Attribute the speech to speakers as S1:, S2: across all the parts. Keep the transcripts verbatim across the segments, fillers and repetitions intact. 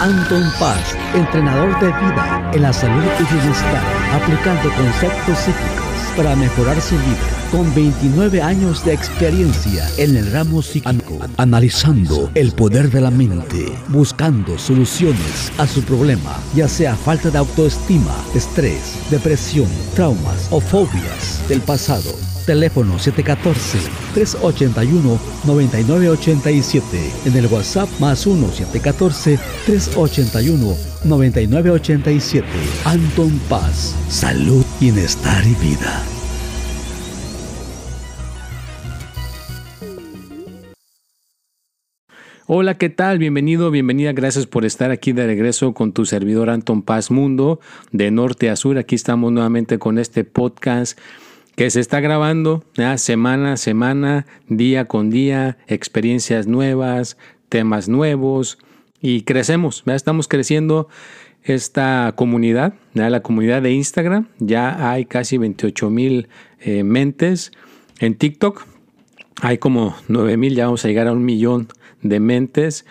S1: Anton Paz, entrenador de vida en la salud y bienestar, aplicando conceptos psíquicos para mejorar su vida. Con veintinueve años de experiencia en el ramo psíquico, analizando el poder de la mente, buscando soluciones a su problema, ya sea falta de autoestima, estrés, depresión, traumas o fobias del pasado. Teléfono siete uno cuatro, tres ocho uno, nueve nueve ocho siete. En el WhatsApp más uno siete uno cuatro, tres ocho uno, nueve nueve ocho siete. Anton Paz, salud, bienestar y vida.
S2: Hola, ¿qué tal? Bienvenido, bienvenida. Gracias por estar aquí de regreso con tu servidor Anton Paz Mundo, de norte a sur. Aquí estamos nuevamente con este podcast que se está grabando ¿ya? semana a semana, día con día, experiencias nuevas, temas nuevos y crecemos. ¿ya? Estamos creciendo esta comunidad, ¿ya? La comunidad de Instagram. Ya hay casi veintiocho mil eh, mentes. En TikTok hay como nueve mil, ya vamos a llegar a un millón de mentes.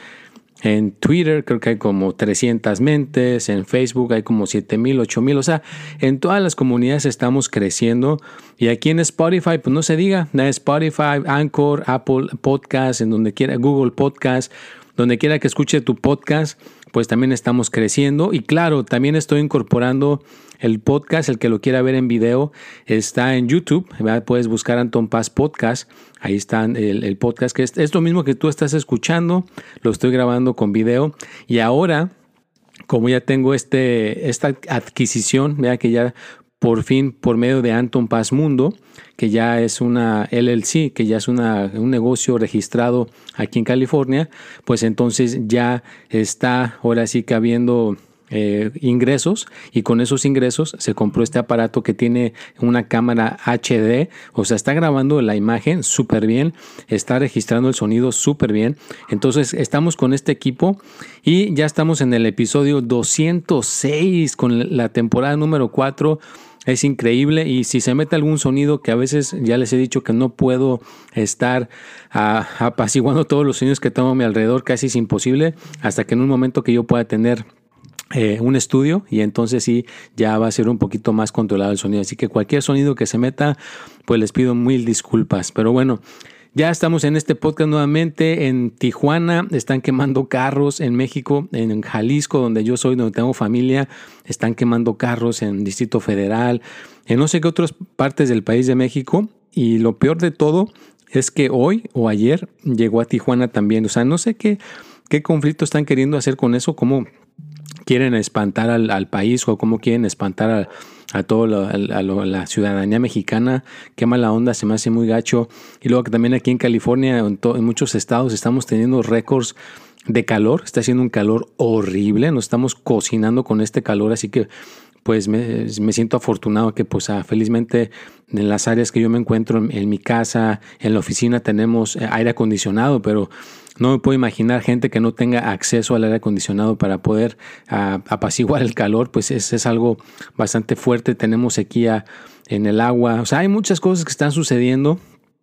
S2: En Twitter creo que hay como trescientas mentes, en Facebook hay como siete mil, ocho mil, o sea, en todas las comunidades estamos creciendo. Y aquí en Spotify, pues no se diga, ¿no? Spotify, Anchor, Apple Podcast, en donde quiera, Google Podcast, donde quiera que escuche tu podcast, pues también estamos creciendo. Y claro, también estoy incorporando el podcast, el que lo quiera ver en video, está en YouTube, ¿verdad? Puedes buscar Anton Paz Podcast, ahí está el, el podcast, que es, es lo mismo que tú estás escuchando, lo estoy grabando con video. Y ahora, como ya tengo este, esta adquisición, ¿verdad? Que ya por fin, por medio de Anton Paz Mundo, que ya es una L L C, que ya es una, un negocio registrado aquí en California, pues entonces ya está ahora sí que habiendo Eh, ingresos, y con esos ingresos se compró este aparato que tiene una cámara H D, o sea, está grabando la imagen súper bien, está registrando el sonido súper bien. Entonces estamos con este equipo y ya estamos en el episodio doscientos seis con la temporada número cuatro. Es increíble, y si se mete algún sonido, que a veces ya les he dicho que no puedo estar uh, apaciguando todos los sonidos que tengo a mi alrededor, casi es imposible, hasta que en un momento que yo pueda tener Eh, un estudio, y entonces sí ya va a ser un poquito más controlado el sonido, así que cualquier sonido que se meta, pues les pido mil disculpas. Pero bueno, ya estamos en este podcast nuevamente. En Tijuana están quemando carros, en México, en Jalisco, donde yo soy, donde tengo familia, están quemando carros, en Distrito Federal, en no sé qué otras partes del país de México. Y lo peor de todo es que hoy o ayer llegó a Tijuana también. O sea, no sé qué, qué conflicto están queriendo hacer con eso, cómo quieren espantar al, al país, o cómo quieren espantar a, a toda la, a lo, la ciudadanía mexicana. Qué mala onda, se me hace muy gacho. Y luego que también aquí en California, en, to, en muchos estados, estamos teniendo récords de calor. Está haciendo un calor horrible, nos estamos cocinando con este calor, así que pues me, me siento afortunado que pues ah, felizmente en las áreas que yo me encuentro, en, en mi casa, en la oficina, tenemos aire acondicionado, pero no me puedo imaginar gente que no tenga acceso al aire acondicionado para poder uh, apaciguar el calor. Pues es, es algo bastante fuerte. Tenemos sequía en el agua. O sea, hay muchas cosas que están sucediendo,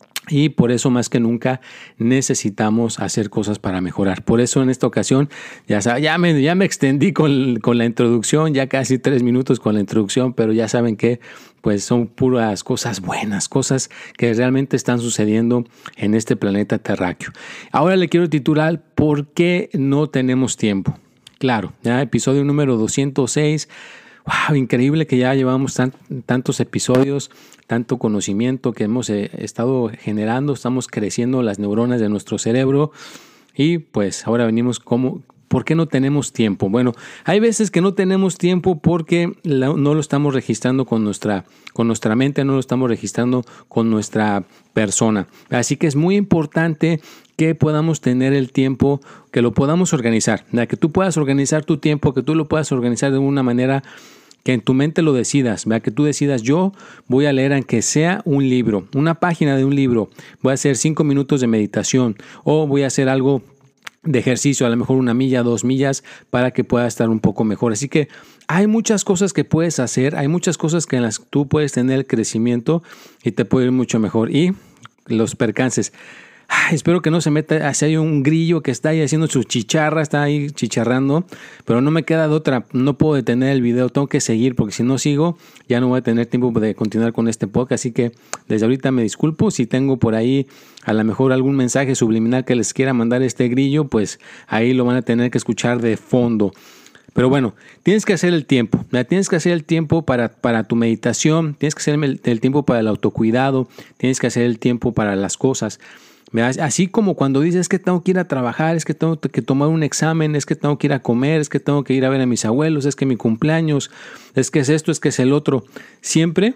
S2: y por eso más que nunca necesitamos hacer cosas para mejorar. Por eso en esta ocasión ya, ya, me, ya me extendí con, con la introducción, ya casi tres minutos con la introducción, pero ya saben que pues son puras cosas buenas, cosas que realmente están sucediendo en este planeta terráqueo. Ahora le quiero titular ¿Por qué no tenemos tiempo? Claro, ya episodio número doscientos seis. Wow, increíble que ya llevamos tan, tantos episodios, tanto conocimiento que hemos eh, estado generando, estamos creciendo las neuronas de nuestro cerebro, y pues ahora venimos como, ¿por qué no tenemos tiempo? Bueno, hay veces que no tenemos tiempo porque la, no lo estamos registrando con nuestra, con nuestra mente, no lo estamos registrando con nuestra persona. Así que es muy importante que podamos tener el tiempo, que lo podamos organizar, que tú puedas organizar tu tiempo, que tú lo puedas organizar de una manera que en tu mente lo decidas, ¿verdad? Que tú decidas, yo voy a leer aunque sea un libro, una página de un libro, voy a hacer cinco minutos de meditación, o voy a hacer algo de ejercicio, a lo mejor una milla, dos millas, para que pueda estar un poco mejor. Así que hay muchas cosas que puedes hacer, hay muchas cosas que en las que tú puedes tener crecimiento y te puede ir mucho mejor. Y los percances. Ay, espero que no se meta, así hay un grillo que está ahí haciendo su chicharra, está ahí chicharrando, pero no me queda de otra, no puedo detener el video, tengo que seguir, porque si no sigo, ya no voy a tener tiempo de continuar con este podcast, así que desde ahorita me disculpo, si tengo por ahí a lo mejor algún mensaje subliminal que les quiera mandar este grillo, pues ahí lo van a tener que escuchar de fondo. Pero bueno, tienes que hacer el tiempo, ¿verdad? Tienes que hacer el tiempo para, para tu meditación, tienes que hacer el, el tiempo para el autocuidado, tienes que hacer el tiempo para las cosas, ¿verdad? Así como cuando dices es que tengo que ir a trabajar, es que tengo que tomar un examen, es que tengo que ir a comer, es que tengo que ir a ver a mis abuelos, es que mi cumpleaños, es que es esto, es que es el otro, siempre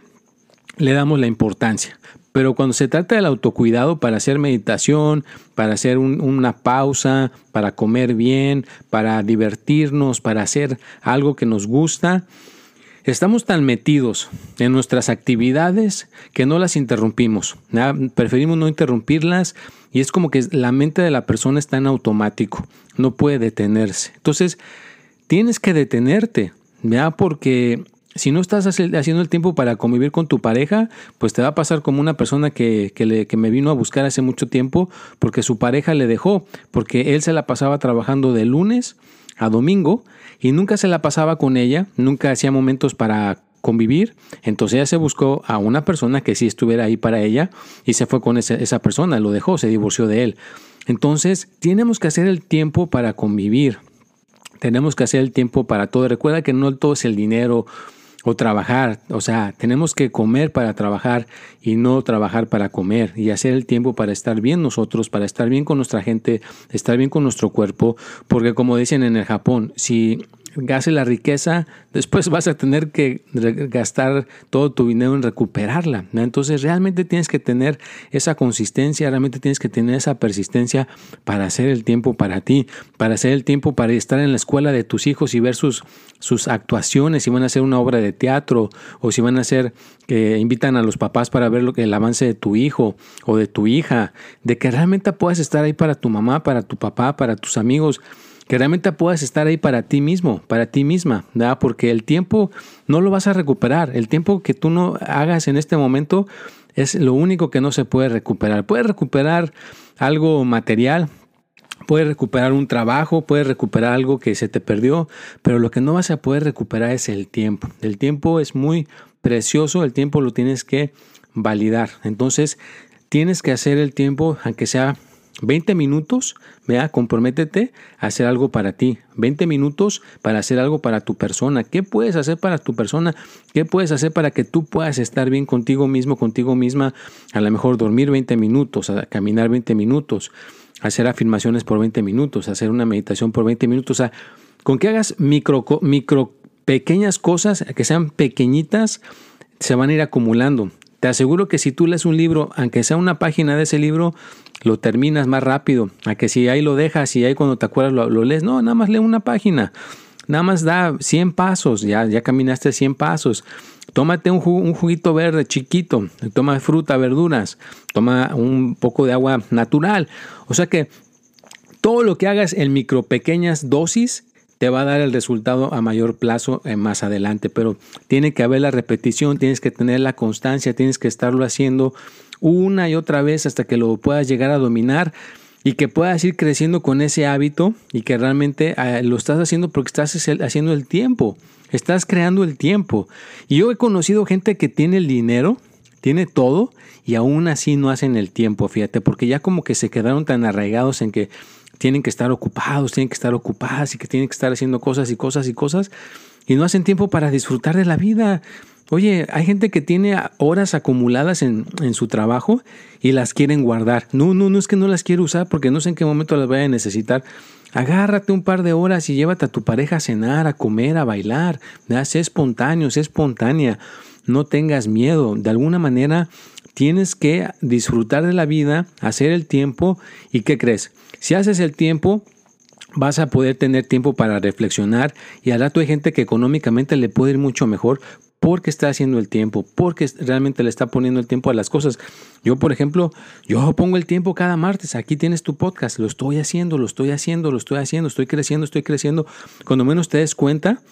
S2: le damos la importancia. Pero cuando se trata del autocuidado, para hacer meditación, para hacer un, una pausa, para comer bien, para divertirnos, para hacer algo que nos gusta, estamos tan metidos en nuestras actividades que no las interrumpimos. ¿Ya? Preferimos no interrumpirlas y es como que la mente de la persona está en automático, no puede detenerse. Entonces, tienes que detenerte, ¿ya? Porque si no estás haciendo el tiempo para convivir con tu pareja, pues te va a pasar como una persona que, que, le, que me vino a buscar hace mucho tiempo porque su pareja le dejó, porque él se la pasaba trabajando de lunes a domingo y nunca se la pasaba con ella, nunca hacía momentos para convivir. Entonces ella se buscó a una persona que sí estuviera ahí para ella y se fue con ese, esa persona, lo dejó, se divorció de él. Entonces tenemos que hacer el tiempo para convivir, tenemos que hacer el tiempo para todo. Recuerda que no todo es el dinero o trabajar, o sea, tenemos que comer para trabajar y no trabajar para comer, y hacer el tiempo para estar bien nosotros, para estar bien con nuestra gente, estar bien con nuestro cuerpo, porque como dicen en el Japón, si gastes la riqueza, después vas a tener que gastar todo tu dinero en recuperarla, ¿no? Entonces realmente tienes que tener esa consistencia, realmente tienes que tener esa persistencia para hacer el tiempo para ti, para hacer el tiempo para estar en la escuela de tus hijos y ver sus, sus actuaciones, si van a hacer una obra de teatro o si van a hacer que eh, invitan a los papás para ver lo que, el avance de tu hijo o de tu hija, de que realmente puedas estar ahí para tu mamá, para tu papá, para tus amigos, que realmente puedas estar ahí para ti mismo, para ti misma, ¿verdad? Porque el tiempo no lo vas a recuperar. El tiempo que tú no hagas en este momento es lo único que no se puede recuperar. Puedes recuperar algo material, puedes recuperar un trabajo, puedes recuperar algo que se te perdió, pero lo que no vas a poder recuperar es el tiempo. El tiempo es muy precioso, el tiempo lo tienes que validar. Entonces, tienes que hacer el tiempo, aunque sea veinte minutos, vea, comprométete a hacer algo para ti. veinte minutos para hacer algo para tu persona. ¿Qué puedes hacer para tu persona? ¿Qué puedes hacer para que tú puedas estar bien contigo mismo, contigo misma? A lo mejor dormir veinte minutos, a caminar veinte minutos, hacer afirmaciones por veinte minutos, hacer una meditación por veinte minutos. O sea, con que hagas micro, micro pequeñas cosas, que sean pequeñitas, se van a ir acumulando. Te aseguro que si tú lees un libro, aunque sea una página de ese libro, lo terminas más rápido. A que si ahí lo dejas y ahí cuando te acuerdas lo, lo lees. No, nada más lee una página. Nada más da cien pasos. Ya, ya caminaste cien pasos. Tómate un, jugo, un juguito verde chiquito. Toma fruta, verduras. Toma un poco de agua natural. O sea que todo lo que hagas en micro pequeñas dosis te va a dar el resultado a mayor plazo eh, más adelante, pero tiene que haber la repetición, tienes que tener la constancia, tienes que estarlo haciendo una y otra vez hasta que lo puedas llegar a dominar y que puedas ir creciendo con ese hábito y que realmente eh, lo estás haciendo porque estás haciendo el tiempo, estás creando el tiempo. Y yo he conocido gente que tiene el dinero, tiene todo y aún así no hacen el tiempo, fíjate, porque ya como que se quedaron tan arraigados en que tienen que estar ocupados, tienen que estar ocupadas y que tienen que estar haciendo cosas y cosas y cosas y no hacen tiempo para disfrutar de la vida. Oye, hay gente que tiene horas acumuladas en, en su trabajo y las quieren guardar. No, no, no es que no las quiero usar porque no sé en qué momento las vaya a necesitar. Agárrate un par de horas y llévate a tu pareja a cenar, a comer, a bailar. ¿Verdad? Sé espontáneo, sé espontánea. No tengas miedo. De alguna manera tienes que disfrutar de la vida, hacer el tiempo. ¿Y qué crees? Si haces el tiempo, vas a poder tener tiempo para reflexionar y al rato hay gente que económicamente le puede ir mucho mejor porque está haciendo el tiempo, porque realmente le está poniendo el tiempo a las cosas. Yo, por ejemplo, yo pongo el tiempo cada martes. Aquí tienes tu podcast. Lo estoy haciendo, lo estoy haciendo, lo estoy haciendo, estoy creciendo, estoy creciendo. Cuando menos te des cuenta,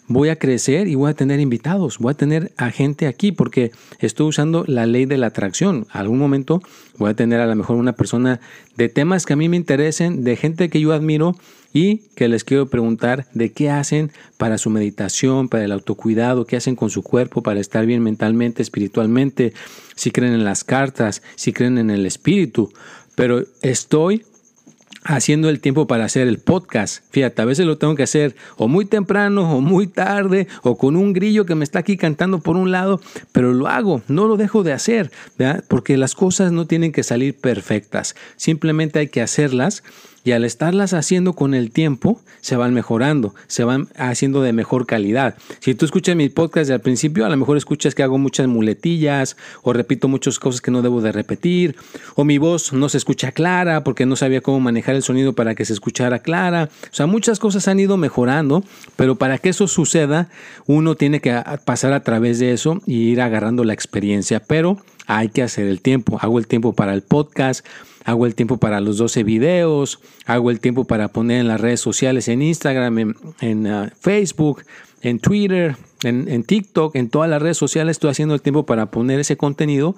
S2: voy a crecer y voy a tener invitados, voy a tener a gente aquí porque estoy usando la ley de la atracción. Algún momento voy a tener a lo mejor una persona de temas que a mí me interesen, de gente que yo admiro y que les quiero preguntar de qué hacen para su meditación, para el autocuidado, qué hacen con su cuerpo para estar bien mentalmente, espiritualmente, si creen en las cartas, si creen en el espíritu. Pero estoy haciendo el tiempo para hacer el podcast. Fíjate, a veces lo tengo que hacer o muy temprano o muy tarde o con un grillo que me está aquí cantando por un lado, pero lo hago, no lo dejo de hacer, ¿verdad? Porque las cosas no tienen que salir perfectas, simplemente hay que hacerlas. Y al estarlas haciendo con el tiempo, se van mejorando, se van haciendo de mejor calidad. Si tú escuchas mi podcast de al principio, a lo mejor escuchas que hago muchas muletillas o repito muchas cosas que no debo de repetir, o mi voz no se escucha clara porque no sabía cómo manejar el sonido para que se escuchara clara. O sea, muchas cosas han ido mejorando, pero para que eso suceda, uno tiene que pasar a través de eso y ir agarrando la experiencia. Pero hay que hacer el tiempo. Hago el tiempo para el podcast, hago el tiempo para los doce videos, hago el tiempo para poner en las redes sociales, en Instagram, en, en uh, Facebook, en Twitter, en, en TikTok, en todas las redes sociales estoy haciendo el tiempo para poner ese contenido.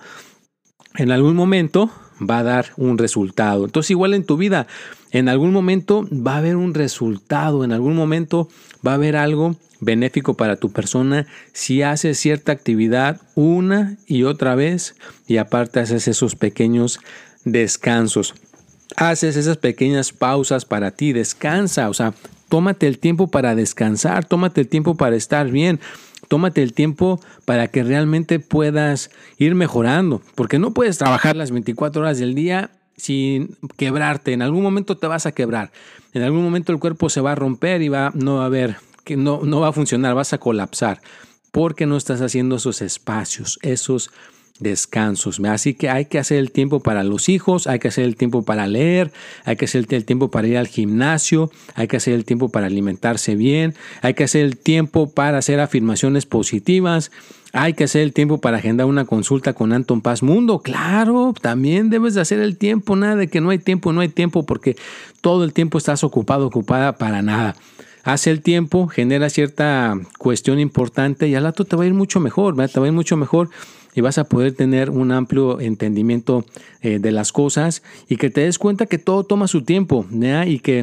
S2: En algún momento va a dar un resultado. Entonces, igual en tu vida, en algún momento va a haber un resultado, en algún momento va a haber algo benéfico para tu persona si haces cierta actividad una y otra vez y aparte haces esos pequeños descansos, haces esas pequeñas pausas para ti, descansa, o sea, tómate el tiempo para descansar, tómate el tiempo para estar bien, tómate el tiempo para que realmente puedas ir mejorando, porque no puedes trabajar las veinticuatro horas del día sin quebrarte. En algún momento te vas a quebrar, en algún momento el cuerpo se va a romper y va, no va a haber, que no, no va a funcionar, vas a colapsar, porque no estás haciendo esos espacios, esos descansos. Así que hay que hacer el tiempo para los hijos, hay que hacer el tiempo para leer, hay que hacer el tiempo para ir al gimnasio, hay que hacer el tiempo para alimentarse bien, hay que hacer el tiempo para hacer afirmaciones positivas, hay que hacer el tiempo para agendar una consulta con Anton Paz Mundo. Claro, también debes de hacer el tiempo, nada de que no hay tiempo, no hay tiempo, porque todo el tiempo estás ocupado, ocupada para nada. Hace el tiempo, genera cierta cuestión importante y al rato te va a ir mucho mejor, ¿verdad? Te va a ir mucho mejor y vas a poder tener un amplio entendimiento eh, de las cosas y que te des cuenta que todo toma su tiempo, ¿verdad? Y que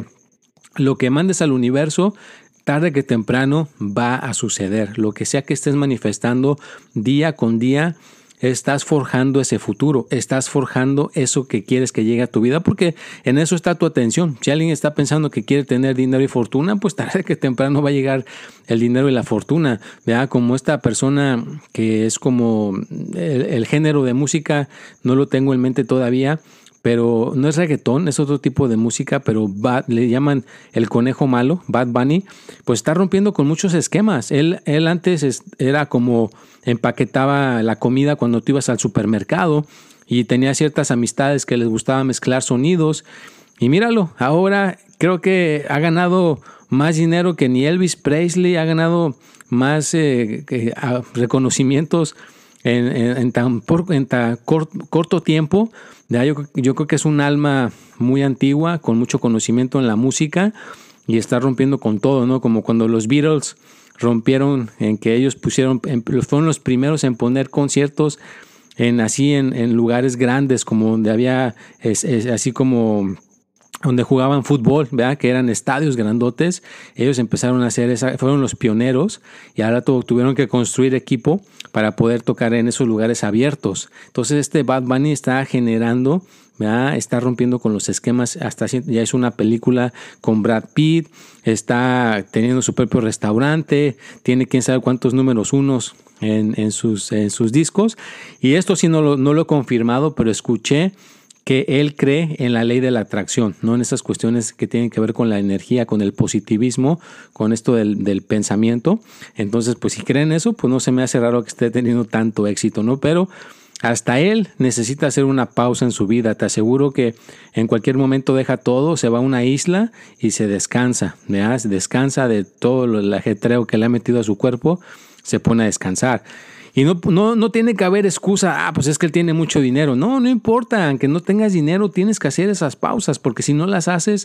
S2: lo que mandes al universo, tarde que temprano va a suceder. Lo que sea que estés manifestando día con día, estás forjando ese futuro, estás forjando eso que quieres que llegue a tu vida, porque en eso está tu atención. Si alguien está pensando que quiere tener dinero y fortuna, pues tarde que temprano va a llegar el dinero y la fortuna, ¿verdad? Como esta persona que es como el, el género de música, no lo tengo en mente todavía, pero no es reggaetón, es otro tipo de música, pero Bad, le llaman el conejo malo, Bad Bunny, pues está rompiendo con muchos esquemas. Él, él antes es, era como empaquetaba la comida cuando tú ibas al supermercado y tenía ciertas amistades que les gustaba mezclar sonidos. Y míralo, ahora creo que ha ganado más dinero que ni Elvis Presley, ha ganado más eh, que, a, reconocimientos en, en, en tan, por, en tan cort, corto tiempo. Ya, yo, yo creo que es un alma muy antigua, con mucho conocimiento en la música y está rompiendo con todo, ¿no? Como cuando los Beatles rompieron en que ellos pusieron, en, fueron los primeros en poner conciertos en así en, en lugares grandes, como donde había, es, es, así como donde jugaban fútbol, ¿verdad? Que eran estadios grandotes. Ellos empezaron a hacer esa, fueron los pioneros y ahora todo, tuvieron que construir equipo para poder tocar en esos lugares abiertos. Entonces este Bad Bunny está generando, ¿verdad? Está rompiendo con los esquemas, hasta ya es una película con Brad Pitt, está teniendo su propio restaurante, tiene quién sabe cuántos números unos en, en, sus, en sus discos. Y esto sí no lo, no lo he confirmado, pero escuché que él cree en la ley de la atracción, no en esas cuestiones que tienen que ver con la energía, con el positivismo, con esto del, del pensamiento. Entonces, pues si creen eso, pues no se me hace raro que esté teniendo tanto éxito, ¿no? Pero hasta él necesita hacer una pausa en su vida. Te aseguro que en cualquier momento deja todo, se va a una isla y se descansa, ¿verdad? Se descansa de todo el ajetreo que le ha metido a su cuerpo, se pone a descansar. Y no, no, no tiene que haber excusa, ah, pues es que él tiene mucho dinero. No, no importa, aunque no tengas dinero, tienes que hacer esas pausas, porque si no las haces,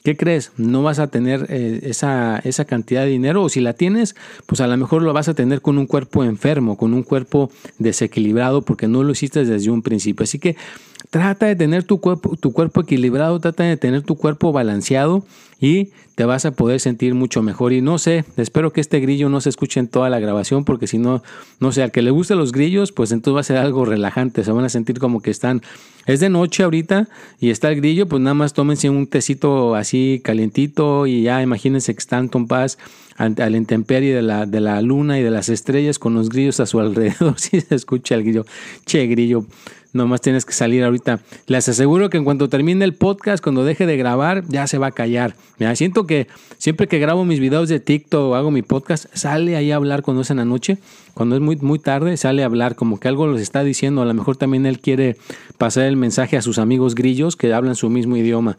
S2: ¿qué crees? No vas a tener eh, esa, esa cantidad de dinero, o si la tienes, pues a lo mejor lo vas a tener con un cuerpo enfermo, con un cuerpo desequilibrado, porque no lo hiciste desde un principio. Así que trata de tener tu cuerpo, tu cuerpo equilibrado, trata de tener tu cuerpo balanceado y te vas a poder sentir mucho mejor. Y no sé, espero que este grillo no se escuche en toda la grabación, porque si no, no sé, al que le gusten los grillos, pues entonces va a ser algo relajante. Se van a sentir como que están, es de noche ahorita y está el grillo, pues nada más tómense un tecito así calientito y ya imagínense que están Anton Paz a la intemperie de la, de la luna y de las estrellas con los grillos a su alrededor. Si se escucha el grillo, che grillo, nomás tienes que salir ahorita. Les aseguro que en cuanto termine el podcast, cuando deje de grabar, ya se va a callar. Mira, siento que siempre que grabo mis videos de TikTok o hago mi podcast, sale ahí a hablar cuando es en la noche. Cuando es muy, muy tarde, sale a hablar como que algo les está diciendo. A lo mejor también él quiere pasar el mensaje a sus amigos grillos que hablan su mismo idioma.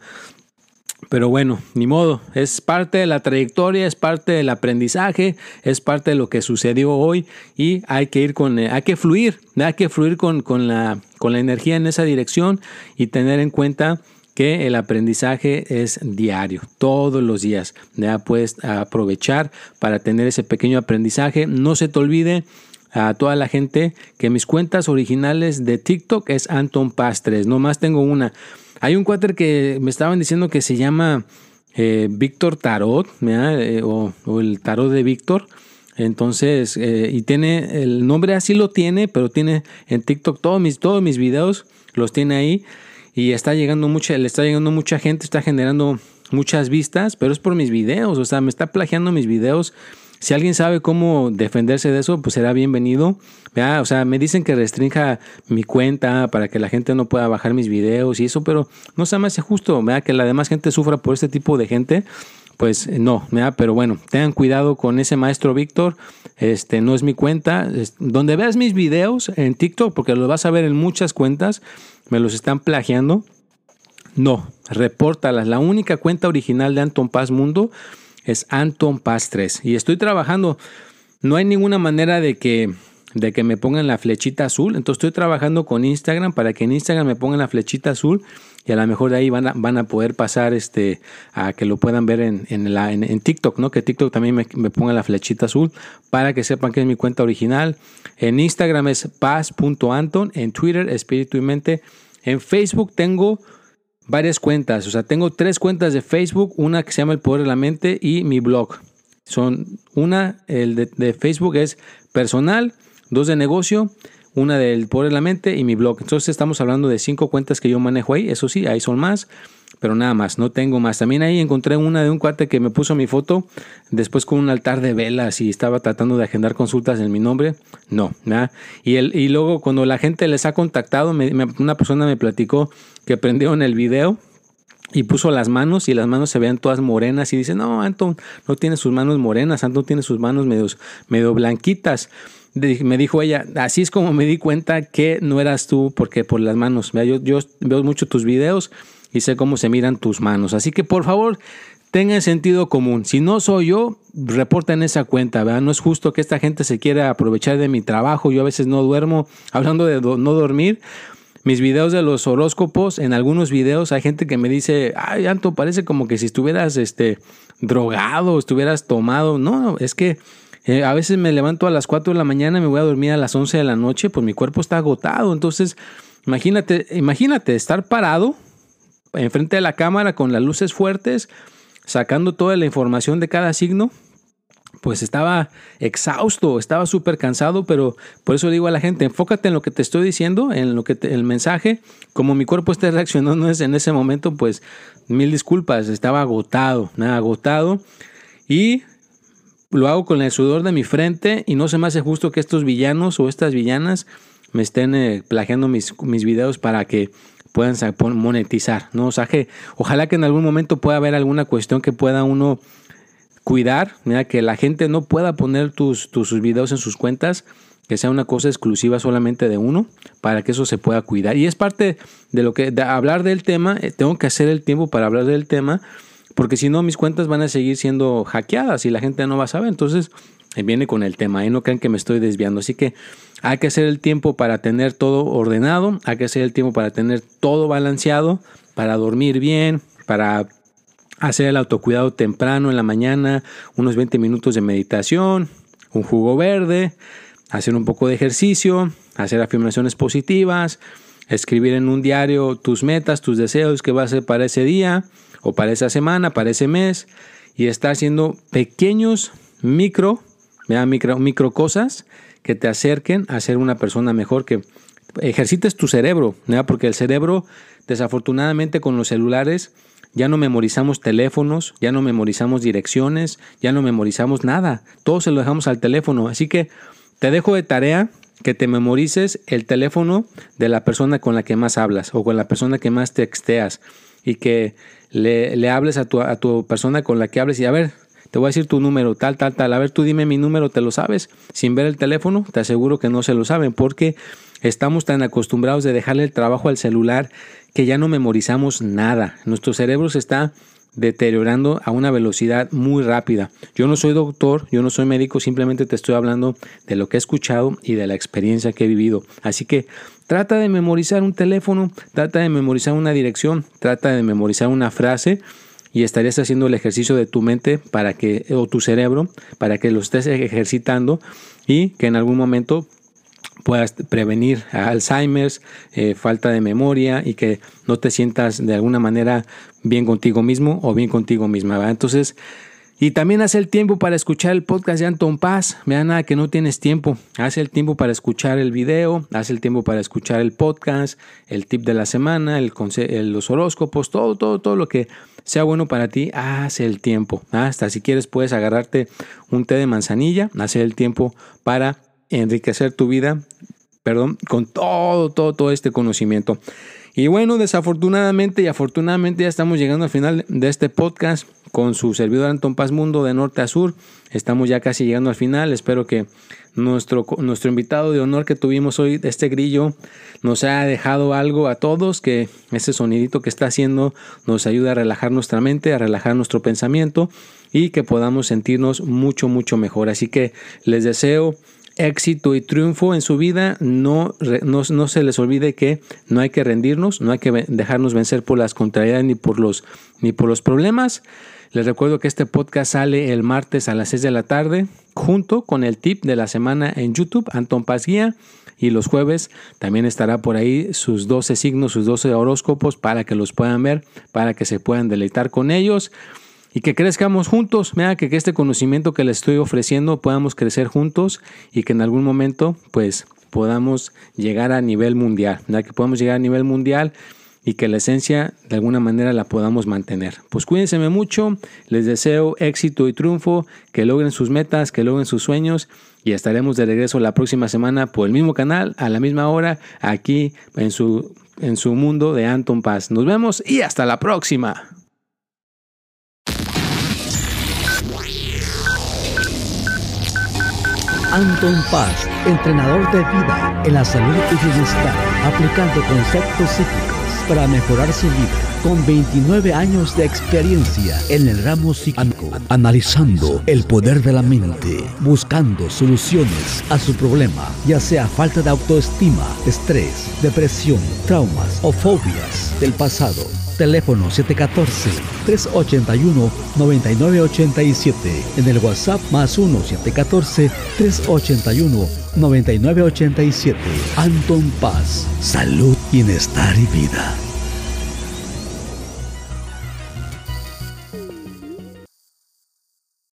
S2: Pero bueno, ni modo, es parte de la trayectoria, es parte del aprendizaje, es parte de lo que sucedió hoy y hay que ir con, hay que fluir, hay que fluir con, con, la, con la energía en esa dirección y tener en cuenta que el aprendizaje es diario, todos los días. Ya puedes aprovechar para tener ese pequeño aprendizaje. No se te olvide a toda la gente que mis cuentas originales de TikTok es Anton Paz tres, nomás tengo una. Hay un cuate que me estaban diciendo que se llama eh, Víctor Tarot, eh, o, o el Tarot de Víctor. Entonces, eh, y tiene el nombre así lo tiene, pero tiene en TikTok todos mis, todos mis videos, los tiene ahí. Y está llegando mucha, le está llegando mucha gente, está generando muchas vistas, pero es por mis videos, o sea, me está plagiando mis videos. Si alguien sabe cómo defenderse de eso, pues será bienvenido. ¿Verdad? O sea, me dicen que restrinja mi cuenta para que la gente no pueda bajar mis videos y eso, pero no se me hace justo, ¿verdad? Que la demás gente sufra por este tipo de gente. Pues no, ¿verdad? Pero bueno, tengan cuidado con ese maestro Víctor. Este no es mi cuenta. Es, donde veas mis videos en TikTok, porque los vas a ver en muchas cuentas, me los están plagiando. No, repórtalas. La única cuenta original de Anton Paz Mundo es Anton Paz tres. Y estoy trabajando. No hay ninguna manera de que, de que me pongan la flechita azul. Entonces estoy trabajando con Instagram para que en Instagram me pongan la flechita azul. Y a lo mejor de ahí van a, van a poder pasar este, a que lo puedan ver en, en, la, en, en TikTok, ¿no? Que TikTok también me, me ponga la flechita azul para que sepan que es mi cuenta original. En Instagram es paz punto anton. En Twitter, Espíritu y Mente. En Facebook tengo varias cuentas, o sea, tengo tres cuentas de Facebook, una que se llama El Poder de la Mente y mi blog. Son una, el de, de Facebook es personal, dos de negocio, una del Poder de la Mente y mi blog. Entonces estamos hablando de cinco cuentas que yo manejo ahí, eso sí, ahí son más, pero nada más, no tengo más. También ahí encontré una de un cuate que me puso mi foto después con un altar de velas y estaba tratando de agendar consultas en mi nombre. No, nada. Y, el, y luego cuando la gente les ha contactado, me, me, una persona me platicó que prendieron el video y puso las manos y las manos se veían todas morenas y dice, no, Anton no tiene sus manos morenas, Anton tiene sus manos medio, medio blanquitas. Me dijo ella, así es como me di cuenta que no eras tú, porque por las manos, yo, yo veo mucho tus videos y sé cómo se miran tus manos. Así que por favor, tengan sentido común. Si no soy yo, reporten esa cuenta, ¿verdad? No es justo que esta gente se quiera aprovechar de mi trabajo. Yo a veces no duermo. Hablando de do- no dormir, mis videos de los horóscopos, en algunos videos hay gente que me dice, ay, Anto, parece como que si estuvieras este, drogado, estuvieras tomado. No, es que eh, a veces me levanto a las cuatro de la mañana y me voy a dormir a las once de la noche, pues mi cuerpo está agotado. Entonces, imagínate, imagínate estar parado enfrente de la cámara con las luces fuertes, sacando toda la información de cada signo. Pues estaba exhausto, estaba súper cansado, pero por eso digo a la gente, enfócate en lo que te estoy diciendo, en lo que te, el mensaje. Como mi cuerpo esté reaccionando en ese momento, pues mil disculpas, estaba agotado, nada, agotado. Y lo hago con el sudor de mi frente y no se me hace justo que estos villanos o estas villanas me estén eh, plagiando mis, mis videos para que puedan monetizar, ¿no? O sea, que ojalá que en algún momento pueda haber alguna cuestión que pueda uno cuidar, mira, que la gente no pueda poner tus, tus sus videos en sus cuentas, que sea una cosa exclusiva solamente de uno, para que eso se pueda cuidar. Y es parte de lo que, de hablar del tema, eh, tengo que hacer el tiempo para hablar del tema, porque si no mis cuentas van a seguir siendo hackeadas y la gente no va a saber. Entonces eh, viene con el tema, y ¿eh? No crean que me estoy desviando. Así que hay que hacer el tiempo para tener todo ordenado, hay que hacer el tiempo para tener todo balanceado, para dormir bien, para hacer el autocuidado temprano en la mañana, unos veinte minutos de meditación, un jugo verde, hacer un poco de ejercicio, hacer afirmaciones positivas, escribir en un diario tus metas, tus deseos que vas a hacer para ese día o para esa semana, para ese mes, y estar haciendo pequeños micro, micro, micro cosas que te acerquen a ser una persona mejor, que ejercites tu cerebro, ¿verdad? Porque el cerebro, desafortunadamente con los celulares, ya no memorizamos teléfonos, ya no memorizamos direcciones, ya no memorizamos nada. Todo se lo dejamos al teléfono. Así que te dejo de tarea que te memorices el teléfono de la persona con la que más hablas o con la persona que más texteas, y que le, le hables a tu, a tu persona con la que hables y a ver, te voy a decir tu número, tal, tal, tal. A ver, tú dime mi número, ¿te lo sabes? Sin ver el teléfono, te aseguro que no se lo saben, porque estamos tan acostumbrados de dejarle el trabajo al celular que ya no memorizamos nada. Nuestro cerebro se está deteriorando a una velocidad muy rápida. Yo no soy doctor, yo no soy médico, simplemente te estoy hablando de lo que he escuchado y de la experiencia que he vivido. Así que trata de memorizar un teléfono, trata de memorizar una dirección, trata de memorizar una frase, y estarías haciendo el ejercicio de tu mente para que, o tu cerebro, para que lo estés ejercitando y que en algún momento puedas prevenir Alzheimer, eh, falta de memoria, y que no te sientas de alguna manera bien contigo mismo o bien contigo misma, ¿verdad? Entonces, y también haz el tiempo para escuchar el podcast de Anton Paz. Vea, nada que no tienes tiempo. Haz el tiempo para escuchar el video, haz el tiempo para escuchar el podcast, el tip de la semana, el conse- el, los horóscopos, todo, todo, todo lo que sea bueno para ti, haz el tiempo. Hasta si quieres puedes agarrarte un té de manzanilla, hacer el tiempo para enriquecer tu vida, perdón, con todo, todo, todo este conocimiento. Y bueno, desafortunadamente y afortunadamente ya estamos llegando al final de este podcast con su servidor Anton Paz Mundo de norte a sur. Estamos ya casi llegando al final. Espero que nuestro, nuestro invitado de honor que tuvimos hoy, este grillo, nos haya dejado algo a todos, que ese sonidito que está haciendo nos ayude a relajar nuestra mente, a relajar nuestro pensamiento, y que podamos sentirnos mucho, mucho mejor. Así que les deseo éxito y triunfo en su vida. No, no, no se les olvide que no hay que rendirnos, no hay que dejarnos vencer por las contrariedades ni por los, ni por los problemas. Les recuerdo que este podcast sale el martes a las seis de la tarde, junto con el tip de la semana en YouTube, Anton Paz Guía. Y los jueves también estará por ahí sus doce signos, sus doce horóscopos, para que los puedan ver, para que se puedan deleitar con ellos. Y que crezcamos juntos, mira, que, que este conocimiento que les estoy ofreciendo podamos crecer juntos, y que en algún momento pues podamos llegar a nivel mundial, ¿verdad? Que podamos llegar a nivel mundial y que la esencia de alguna manera la podamos mantener. Pues cuídense mucho, les deseo éxito y triunfo, que logren sus metas, que logren sus sueños, y estaremos de regreso la próxima semana por el mismo canal, a la misma hora, aquí en su, en su mundo de Anton Paz. Nos vemos y hasta la próxima.
S1: Anton Paz, entrenador de vida en la salud y bienestar, aplicando conceptos psíquicos para mejorar su vida, con veintinueve años de experiencia en el ramo psíquico, analizando el poder de la mente, buscando soluciones a su problema, ya sea falta de autoestima, estrés, depresión, traumas o fobias del pasado. Teléfono siete uno cuatro, tres ocho uno, nueve nueve ocho siete. En el WhatsApp más uno siete uno cuatro, tres ocho uno, nueve nueve ocho siete. Anton Paz. Salud, bienestar y vida.